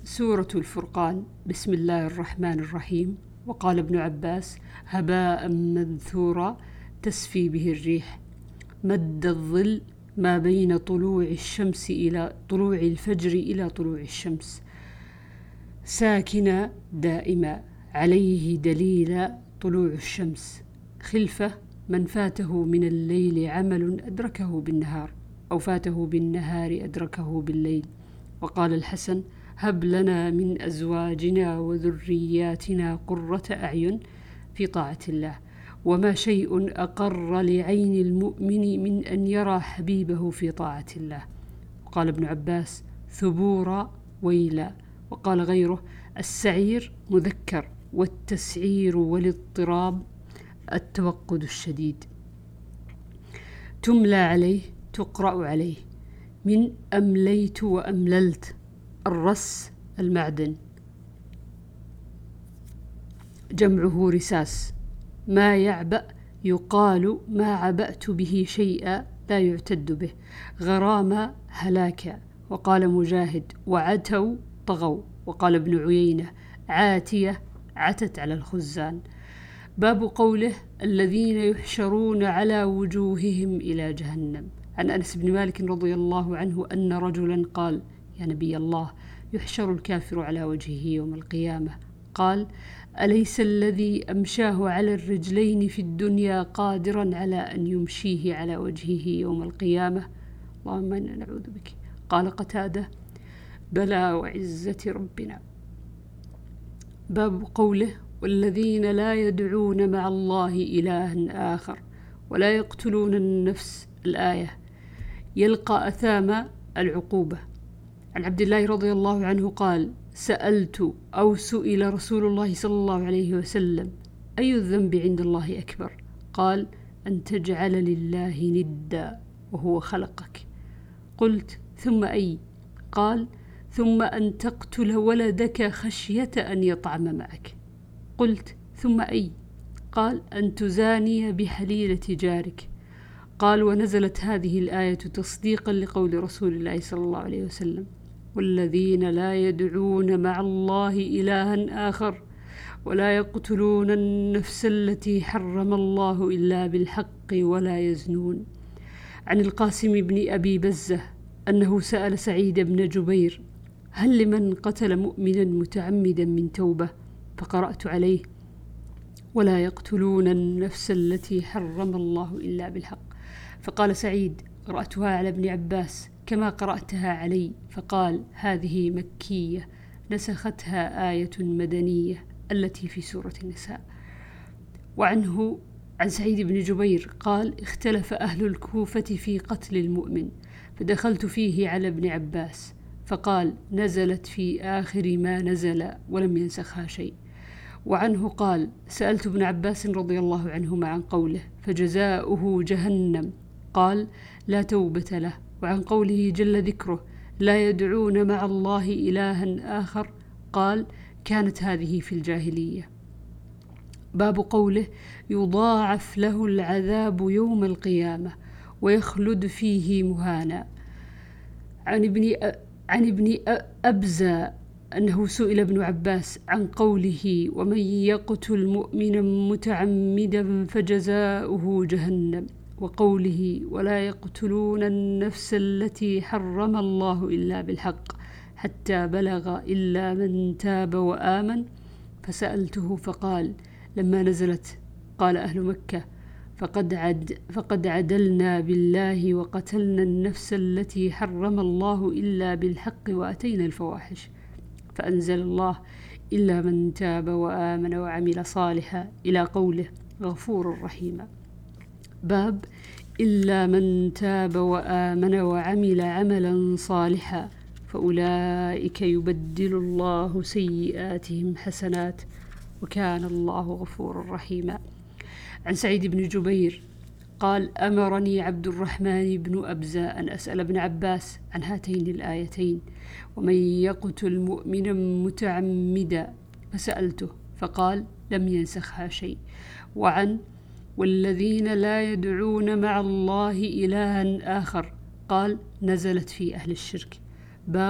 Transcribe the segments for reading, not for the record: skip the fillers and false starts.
سورة الفرقان. بسم الله الرحمن الرحيم. وقال ابن عباس: هباء منثورا تسفي به الريح، مد الظل ما بين طلوع الشمس إلى طلوع الفجر إلى طلوع الشمس، ساكنة دائما عليه دليل طلوع الشمس، خلفه من فاته من الليل عمل أدركه بالنهار، أو فاته بالنهار أدركه بالليل. وقال الحسن: هب لنا من أزواجنا وذرياتنا قرة أعين في طاعة الله، وما شيء أقر لعين المؤمن من أن يرى حبيبه في طاعة الله. وقال ابن عباس: ثبورا ويلا. وقال غيره: السعير مذكر، والتسعير والاضطراب التوقد الشديد. تملى عليه، تقرأ عليه، من أمليت وأمللت، الرس المعدن، جمعه رساس. ما يعبأ يقال ما عبأت به شيئا لا يعتد به، غرام هلاكا. وقال مجاهد: وعتوا طغوا. وقال ابن عيينة: عاتية عتت على الخزان. باب قوله: الذين يحشرون على وجوههم إلى جهنم. عن أنس بن مالك رضي الله عنه أن رجلا قال: يا نبي الله، يحشر الكافر على وجهه يوم القيامة. قال: أليس الذي أمشاه على الرجلين في الدنيا قادرا على أن يمشيه على وجهه يوم القيامة؟ اللهم إنا نعوذ بك. قال قتادة: بلى وعزة ربنا. باب قوله: والذين لا يدعون مع الله إلها آخر ولا يقتلون النفس، الآية، يلقى أثام العقوبة. عن عبد الله رضي الله عنه قال: سألت أو سئل رسول الله صلى الله عليه وسلم: أي الذنب عند الله أكبر؟ قال: أن تجعل لله ندا وهو خلقك. قلت: ثم أي؟ قال: ثم أن تقتل ولدك خشية أن يطعم معك. قلت: ثم أي؟ قال: أن تزاني بحليلة جارك. قال: ونزلت هذه الآية تصديقا لقول رسول الله صلى الله عليه وسلم: والذين لا يدعون مع الله إلها آخر ولا يقتلون النفس التي حرم الله إلا بالحق ولا يزنون. عن القاسم بن أبي بزة أنه سأل سعيد بن جبير: هل لمن قتل مؤمنا متعمدا من توبة؟ فقرأت عليه: ولا يقتلون النفس التي حرم الله إلا بالحق. فقال سعيد: قرأتها على ابن عباس كما قرأتها علي. فقال: هذه مكية نسختها آية مدنية التي في سورة النساء. وعنه عن سعيد بن جبير قال: اختلف أهل الكوفة في قتل المؤمن، فدخلت فيه على ابن عباس فقال: نزلت في آخر ما نزل ولم ينسخها شيء. وعنه قال: سألت ابن عباس رضي الله عنهما عن قوله: فجزاؤه جهنم، قال: لا توبة له. وعن قوله جل ذكره: لا يدعون مع الله إلها آخر، قال: كانت هذه في الجاهلية. باب قوله: يضاعف له العذاب يوم القيامة ويخلد فيه مهانا. عن ابن أبزة أنه سئل ابن عباس عن قوله: ومن يقتل مؤمنا متعمدا فجزاؤه جهنم، وقوله: ولا يقتلون النفس التي حرم الله إلا بالحق، حتى بلغ إلا من تاب وآمن. فسألته فقال: لما نزلت قال أهل مكة: فقد عدلنا بالله وقتلنا النفس التي حرم الله إلا بالحق وأتينا الفواحش. فأنزل الله: إلا من تاب وآمن وعمل صالحا، إلى قوله: غفور رحيم. باب إلا من تاب وآمن وعمل عملا صالحا فأولئك يبدل الله سيئاتهم حسنات وكان الله غفورا رحيما. عن سعيد بن جبير قال: أمرني عبد الرحمن بن أبزة أن أسأل ابن عباس عن هاتين الآيتين: ومن يقتل مؤمنا متعمدا، فسألته فقال: لم ينسخها شيء. وعن والذين لا يدعون مع الله إلها آخر، قال: نزلت في أهل الشرك. باب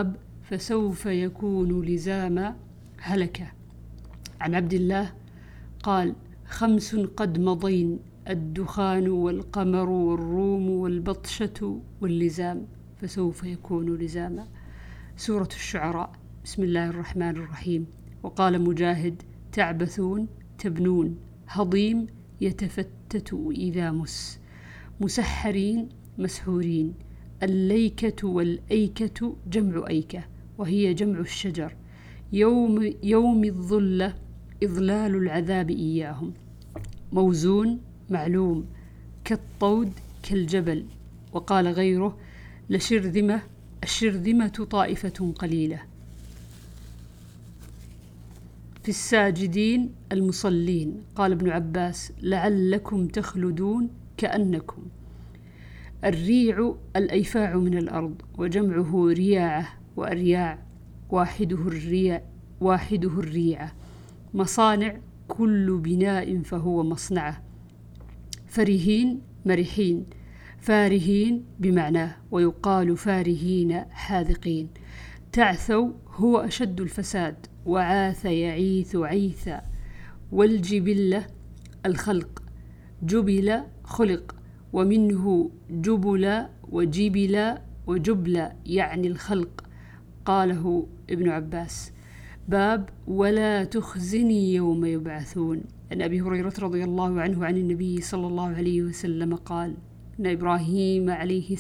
فسوف يكون لزاما هلكة. عن عبد الله قال: 5 قد مضين: الدخان والقمر والروم والبطشة واللزام، فسوف يكون لزاما. سورة الشعراء. بسم الله الرحمن الرحيم. وقال مجاهد: تعبثون تبنون، هضيم يتفتت إذا مس، مسحرين مسحورين. الليكة والأيكة جمع أيكة، وهي جمع الشجر. يوم الظلة إظلال العذاب إياهم. موزون معلوم، كالطود كالجبل. وقال غيره: لشرذمة، الشرذمة طائفة قليلة. في الساجدين المصلين. قال ابن عباس: لعلكم تخلدون كأنكم. الريع الأيفاع من الأرض، وجمعه رياعة وأرياع، واحده الريعة. مصانع كل بناء فهو مصنعه. فرهين مرحين، فارهين بمعناه، ويقال فارهين حاذقين. تعثوا هو أشد الفساد، وعاث يعيث عيثا. والجبلة الخلق، جبل خلق، ومنه جبل وجبل وجبل يعني الخلق. قاله ابن عباس. باب ولا تخزني يوم يبعثون. عن أبي هريرة رضي الله عنه عن النبي صلى الله عليه وسلم قال: إن إبراهيم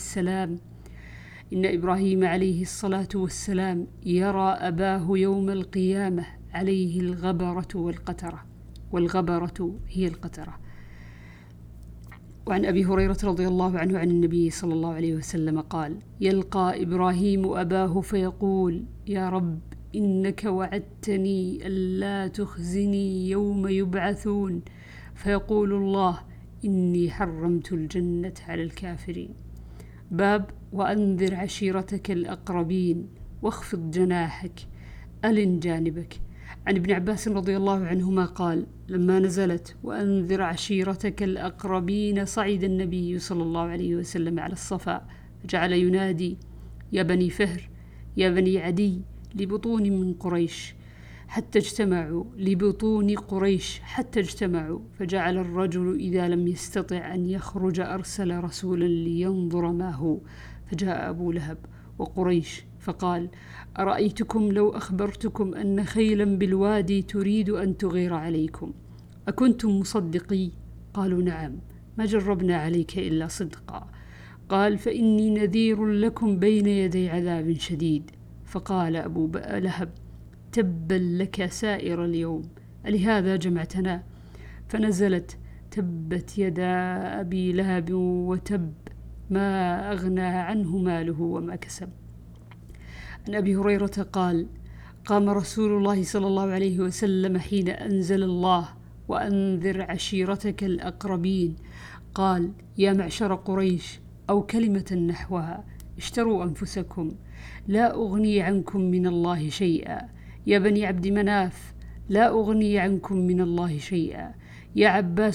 عليه الصلاة والسلام يرى أباه يوم القيامة عليه الغبرة والقترة، والغبرة هي القترة. وعن أبي هريرة رضي الله عنه عن النبي صلى الله عليه وسلم قال: يلقى إبراهيم أباه فيقول: يا رب إنك وعدتني ألا تخزني يوم يبعثون. فيقول الله: إني حرمت الجنة على الكافرين. باب وأنذر عشيرتك الأقربين واخفض جناحك ألن جانبك. عن ابن عباس رضي الله عنهما قال: لما نزلت وأنذر عشيرتك الأقربين صعد النبي صلى الله عليه وسلم على الصفا، فجعل ينادي: يا بني فهر، يا بني عدي، لبطون من قريش حتى اجتمعوا، لبطون قريش حتى اجتمعوا. فجعل الرجل إذا لم يستطع أن يخرج أرسل رسولا لينظر ما هو، فجاء أبو لهب وقريش فقال: أرأيتكم لو أخبرتكم أن خيلا بالوادي تريد أن تغير عليكم، أكنتم مصدقي؟ قالوا: نعم، ما جربنا عليك إلا صدقا. قال: فإني نذير لكم بين يدي عذاب شديد. فقال أبو لهب: تبا لك سائر اليوم، ألهذا جمعتنا؟ فنزلت: تبت يدا أبي لهب وتب، ما أغنى عنه ماله وما كسب. عن أبي هريرة قال: قام رسول الله صلى الله عليه وسلم حين أنزل الله: وأنذر عشيرتك الأقربين. قال: يا معشر قريش، أو كلمة نحوها: اشتروا أنفسكم، لا أغني عنكم من الله شيئا. يا بني عبد مناف، لا أغني عنكم من الله شيئا. يا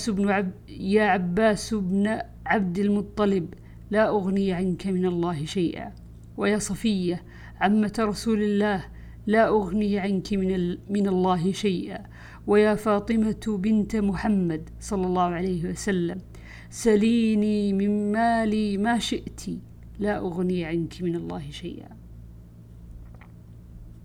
عباس بن عبد المطلب، لا أغني عنك من الله شيئا. ويا صفية عمة رسول الله، لا أغني عنك من الله شيئا. ويا فاطمة بنت محمد صلى الله عليه وسلم، سليني من مالي ما شئت، لا أغني عنك من الله شيئا.